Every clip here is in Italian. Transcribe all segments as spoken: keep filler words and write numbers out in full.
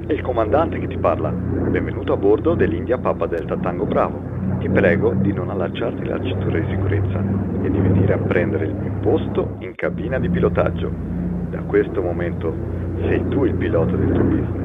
È il comandante che ti parla. Benvenuto a bordo dell'India Papa Delta Tango Bravo. Ti prego di non allacciarti la cintura di sicurezza e di venire a prendere il mio posto in cabina di pilotaggio. Da questo momento sei tu il pilota del tuo business.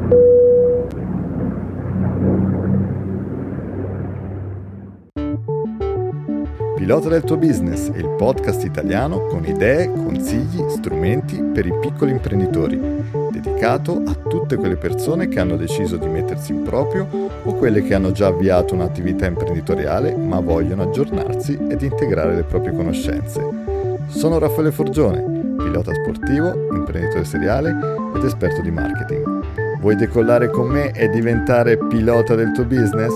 Pilota del tuo business è il podcast italiano con idee, consigli, strumenti per i piccoli imprenditori, dedicato a tutte quelle persone che hanno deciso di mettersi in proprio o quelle che hanno già avviato un'attività imprenditoriale ma vogliono aggiornarsi ed integrare le proprie conoscenze. Sono Raffaele Forgione, pilota sportivo, imprenditore seriale ed esperto di marketing. Vuoi decollare con me e diventare pilota del tuo business?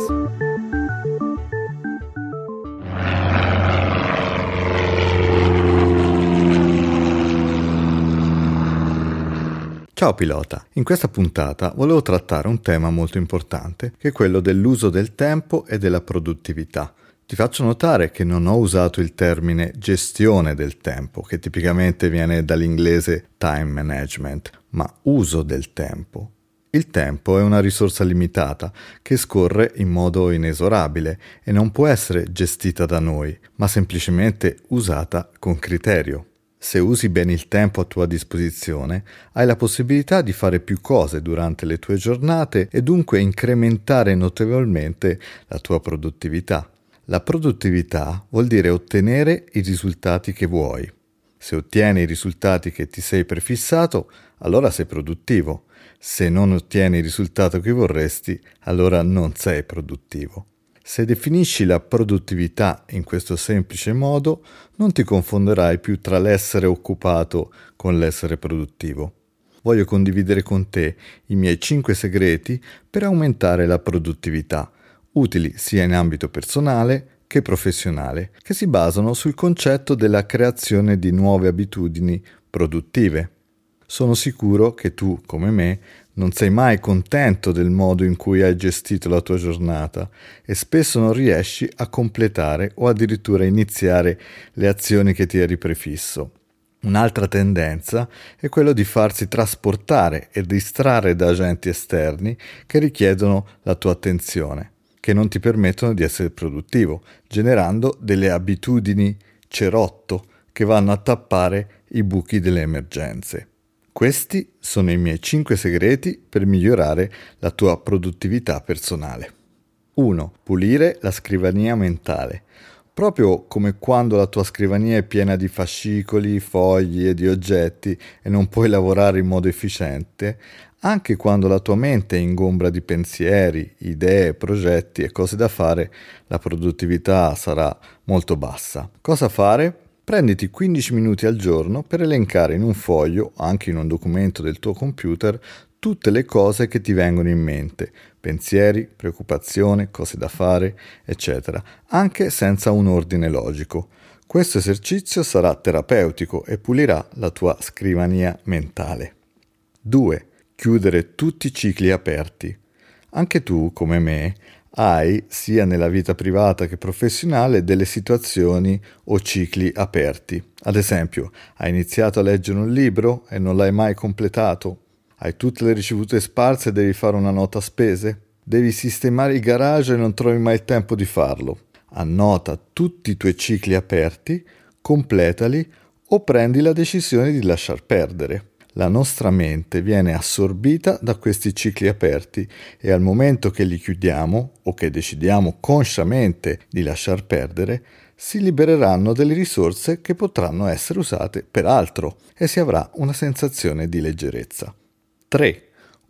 Ciao pilota, in questa puntata volevo trattare un tema molto importante che è quello dell'uso del tempo e della produttività. Ti faccio notare che non ho usato il termine gestione del tempo, che tipicamente viene dall'inglese time management, ma uso del tempo. Il tempo è una risorsa limitata che scorre in modo inesorabile e non può essere gestita da noi, ma semplicemente usata con criterio. Se usi bene il tempo a tua disposizione, hai la possibilità di fare più cose durante le tue giornate e dunque incrementare notevolmente la tua produttività. La produttività vuol dire ottenere i risultati che vuoi. Se ottieni i risultati che ti sei prefissato, allora sei produttivo. Se non ottieni il risultato che vorresti, allora non sei produttivo. Se definisci la produttività in questo semplice modo, non ti confonderai più tra l'essere occupato con l'essere produttivo. Voglio condividere con te i miei cinque segreti per aumentare la produttività, utili sia in ambito personale che professionale, che si basano sul concetto della creazione di nuove abitudini produttive. Sono sicuro che tu, come me, non sei mai contento del modo in cui hai gestito la tua giornata e spesso non riesci a completare o addirittura iniziare le azioni che ti eri prefisso. Un'altra tendenza è quello di farsi trasportare e distrarre da agenti esterni che richiedono la tua attenzione, che non ti permettono di essere produttivo, generando delle abitudini cerotto che vanno a tappare i buchi delle emergenze. Questi sono i miei cinque segreti per migliorare la tua produttività personale. uno. Pulire la scrivania mentale. Proprio come quando la tua scrivania è piena di fascicoli, fogli e di oggetti e non puoi lavorare in modo efficiente, anche quando la tua mente è ingombra di pensieri, idee, progetti e cose da fare, la produttività sarà molto bassa. Cosa fare? Prenditi quindici minuti al giorno per elencare in un foglio, o anche in un documento del tuo computer, tutte le cose che ti vengono in mente, pensieri, preoccupazioni, cose da fare, eccetera, anche senza un ordine logico. Questo esercizio sarà terapeutico e pulirà la tua scrivania mentale. due. Chiudere tutti i cicli aperti. Anche tu, come me, hai, sia nella vita privata che professionale, delle situazioni o cicli aperti. Ad esempio, hai iniziato a leggere un libro e non l'hai mai completato? Hai tutte le ricevute sparse e devi fare una nota spese? Devi sistemare il garage e non trovi mai il tempo di farlo? Annota tutti i tuoi cicli aperti, completali o prendi la decisione di lasciar perdere. La nostra mente viene assorbita da questi cicli aperti e al momento che li chiudiamo o che decidiamo consciamente di lasciar perdere, si libereranno delle risorse che potranno essere usate per altro e si avrà una sensazione di leggerezza. tre.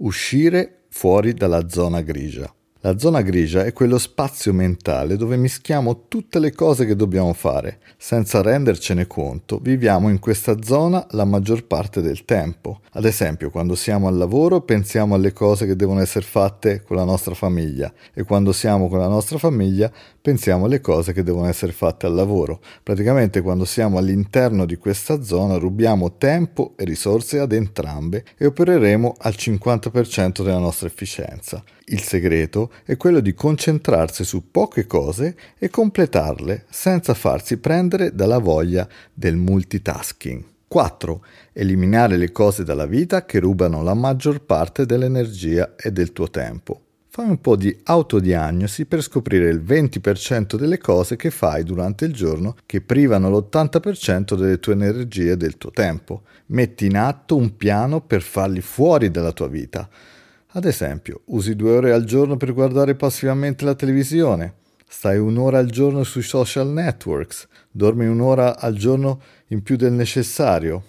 Uscire fuori dalla zona grigia. La zona grigia è quello spazio mentale dove mischiamo tutte le cose che dobbiamo fare. Senza rendercene conto, viviamo in questa zona la maggior parte del tempo. Ad esempio, quando siamo al lavoro pensiamo alle cose che devono essere fatte con la nostra famiglia e quando siamo con la nostra famiglia pensiamo alle cose che devono essere fatte al lavoro. Praticamente quando siamo all'interno di questa zona rubiamo tempo e risorse ad entrambe e opereremo al cinquanta per cento della nostra efficienza. Il segreto è quello di concentrarsi su poche cose e completarle senza farsi prendere dalla voglia del multitasking. quattro. Eliminare le cose dalla vita che rubano la maggior parte dell'energia e del tuo tempo. Fai un po' di autodiagnosi per scoprire il venti per cento delle cose che fai durante il giorno che privano l'ottanta per cento delle tue energie e del tuo tempo. Metti in atto un piano per farli fuori dalla tua vita. Ad esempio, usi due ore al giorno per guardare passivamente la televisione, stai un'ora al giorno sui social networks, dormi un'ora al giorno in più del necessario.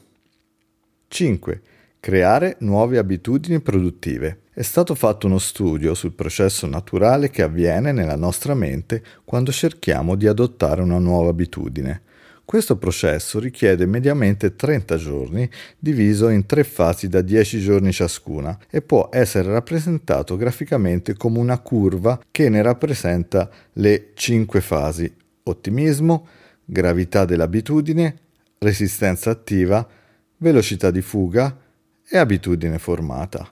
cinque. Creare nuove abitudini produttive. È stato fatto uno studio sul processo naturale che avviene nella nostra mente quando cerchiamo di adottare una nuova abitudine. Questo processo richiede mediamente trenta giorni, diviso in tre fasi da dieci giorni ciascuna, e può essere rappresentato graficamente come una curva che ne rappresenta le cinque fasi: ottimismo, gravità dell'abitudine, resistenza attiva, velocità di fuga e abitudine formata.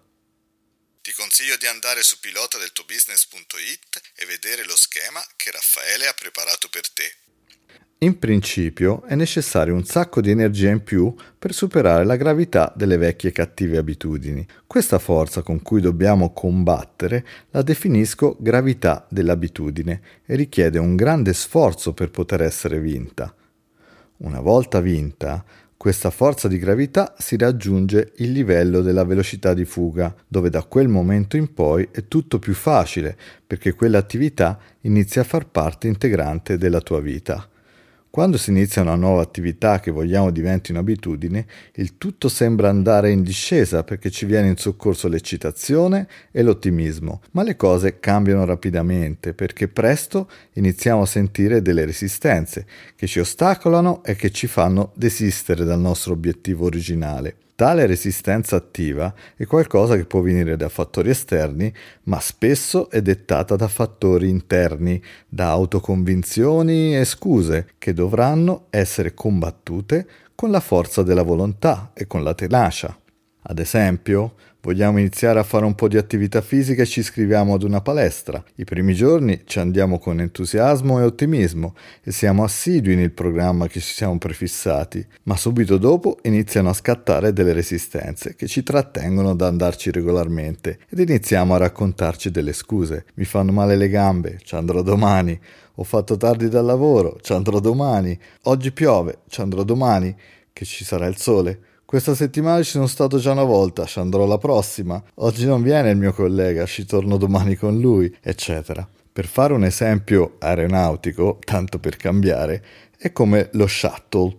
Ti consiglio di andare su pilota del tuo business punto it e vedere lo schema che Raffaele ha preparato per te. In principio è necessario un sacco di energia in più per superare la gravità delle vecchie cattive abitudini. Questa forza con cui dobbiamo combattere la definisco gravità dell'abitudine e richiede un grande sforzo per poter essere vinta. Una volta vinta, questa forza di gravità si raggiunge il livello della velocità di fuga, dove da quel momento in poi è tutto più facile perché quell'attività inizia a far parte integrante della tua vita. Quando si inizia una nuova attività che vogliamo diventi un'abitudine, il tutto sembra andare in discesa perché ci viene in soccorso l'eccitazione e l'ottimismo, ma le cose cambiano rapidamente perché presto iniziamo a sentire delle resistenze che ci ostacolano e che ci fanno desistere dal nostro obiettivo originale. Tale resistenza attiva è qualcosa che può venire da fattori esterni, ma spesso è dettata da fattori interni, da autoconvinzioni e scuse che dovranno essere combattute con la forza della volontà e con la tenacia. Ad esempio, vogliamo iniziare a fare un po' di attività fisica e ci iscriviamo ad una palestra. I primi giorni ci andiamo con entusiasmo e ottimismo e siamo assidui nel programma che ci siamo prefissati, ma subito dopo iniziano a scattare delle resistenze che ci trattengono da andarci regolarmente ed iniziamo a raccontarci delle scuse. Mi fanno male le gambe, ci andrò domani. Ho fatto tardi dal lavoro, ci andrò domani. Oggi piove, ci andrò domani, che ci sarà il sole. Questa settimana ci sono stato già una volta, ci andrò la prossima. Oggi non viene il mio collega, ci torno domani con lui, eccetera. Per fare un esempio aeronautico, tanto per cambiare, è come lo shuttle.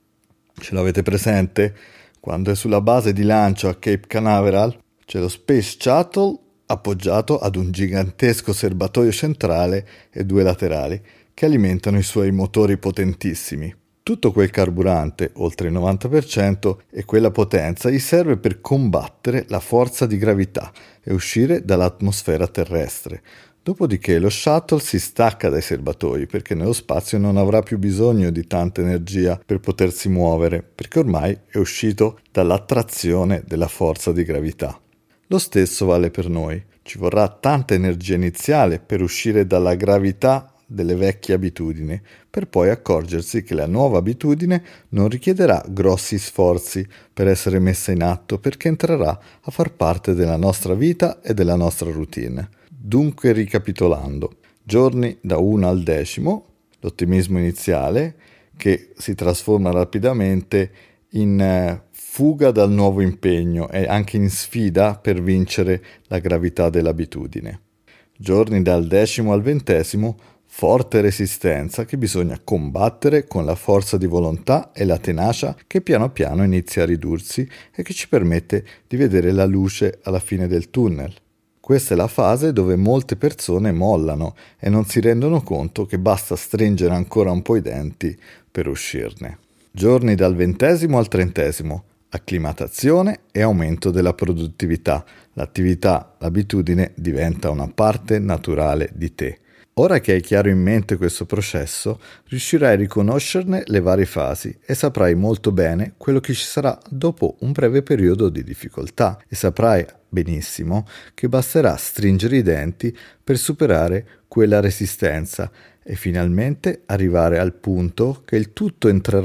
Ce l'avete presente? Quando è sulla base di lancio a Cape Canaveral, c'è lo Space Shuttle appoggiato ad un gigantesco serbatoio centrale e due laterali che alimentano i suoi motori potentissimi. Tutto quel carburante, oltre il novanta per cento, e quella potenza gli serve per combattere la forza di gravità e uscire dall'atmosfera terrestre. Dopodiché lo shuttle si stacca dai serbatoi perché nello spazio non avrà più bisogno di tanta energia per potersi muovere, perché ormai è uscito dall'attrazione della forza di gravità. Lo stesso vale per noi. Ci vorrà tanta energia iniziale per uscire dalla gravità delle vecchie abitudini, per poi accorgersi che la nuova abitudine non richiederà grossi sforzi per essere messa in atto perché entrerà a far parte della nostra vita e della nostra routine. Dunque, ricapitolando, giorni da uno al decimo, l'ottimismo iniziale che si trasforma rapidamente in eh, fuga dal nuovo impegno e anche in sfida per vincere la gravità dell'abitudine. Giorni dal decimo al ventesimo, forte resistenza che bisogna combattere con la forza di volontà e la tenacia che piano piano inizia a ridursi e che ci permette di vedere la luce alla fine del tunnel. Questa è la fase dove molte persone mollano e non si rendono conto che basta stringere ancora un po' i denti per uscirne. Giorni dal ventesimo al trentesimo, acclimatazione e aumento della produttività. L'attività, l'abitudine diventa una parte naturale di te. Ora che hai chiaro in mente questo processo, riuscirai a riconoscerne le varie fasi e saprai molto bene quello che ci sarà dopo un breve periodo di difficoltà e saprai benissimo che basterà stringere i denti per superare quella resistenza e finalmente arrivare al punto che il tutto entrerà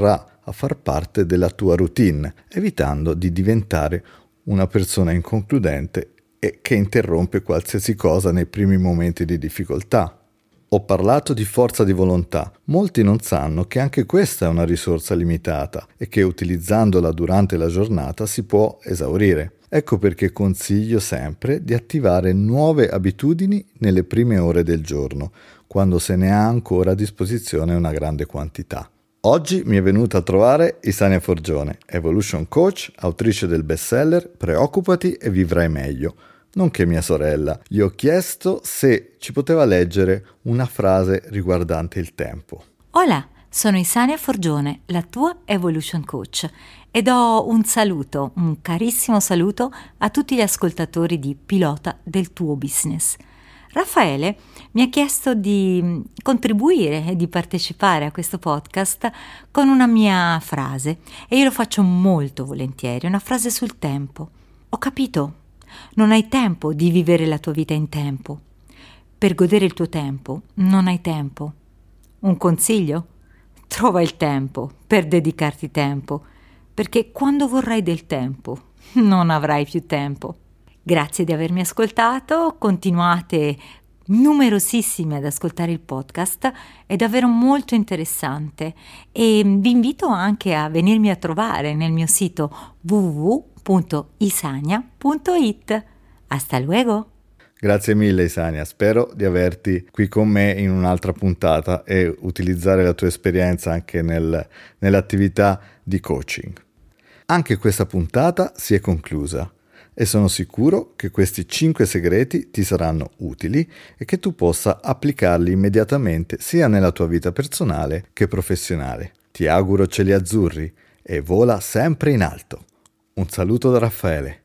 a far parte della tua routine, evitando di diventare una persona inconcludente e che interrompe qualsiasi cosa nei primi momenti di difficoltà. Ho parlato di forza di volontà. Molti non sanno che anche questa è una risorsa limitata e che utilizzandola durante la giornata si può esaurire. Ecco perché consiglio sempre di attivare nuove abitudini nelle prime ore del giorno, quando se ne ha ancora a disposizione una grande quantità. Oggi mi è venuta a trovare Isania Forgione, Evolution Coach, autrice del bestseller Preoccupati e vivrai meglio, nonché mia sorella. Gli ho chiesto se ci poteva leggere una frase riguardante il tempo. Hola, sono Isania Forgione, la tua Evolution Coach, e do un saluto, un carissimo saluto a tutti gli ascoltatori di Pilota del tuo business. Raffaele mi ha chiesto di contribuire e di partecipare a questo podcast con una mia frase e io lo faccio molto volentieri, una frase sul tempo. Ho capito, non hai tempo di vivere la tua vita in tempo. Per godere il tuo tempo non hai tempo. Un consiglio? Trova il tempo per dedicarti tempo, perché quando vorrai del tempo non avrai più tempo. Grazie di avermi ascoltato, continuate numerosissimi ad ascoltare il podcast, è davvero molto interessante e vi invito anche a venirmi a trovare nel mio sito w w w punto isania punto it. Hasta luego! Grazie mille Isania, spero di averti qui con me in un'altra puntata e utilizzare la tua esperienza anche nel, nell'attività di coaching. Anche questa puntata si è conclusa e sono sicuro che questi cinque segreti ti saranno utili e che tu possa applicarli immediatamente sia nella tua vita personale che professionale. Ti auguro cieli azzurri e vola sempre in alto. Un saluto da Raffaele.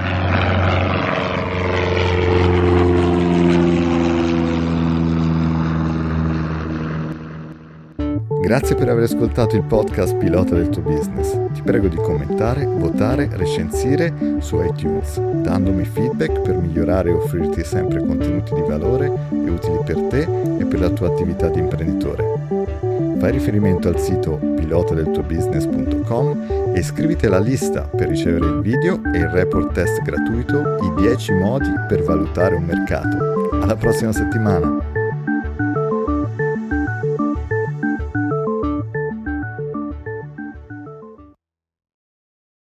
Grazie per aver ascoltato il podcast Pilota del tuo business. Ti prego di commentare, votare, recensire su iTunes, dandomi feedback per migliorare e offrirti sempre contenuti di valore e utili per te e per la tua attività di imprenditore. Fai riferimento al sito pilota del tuo business punto com e iscriviti alla lista per ricevere il video e il report test gratuito I dieci modi per valutare un mercato. Alla prossima settimana!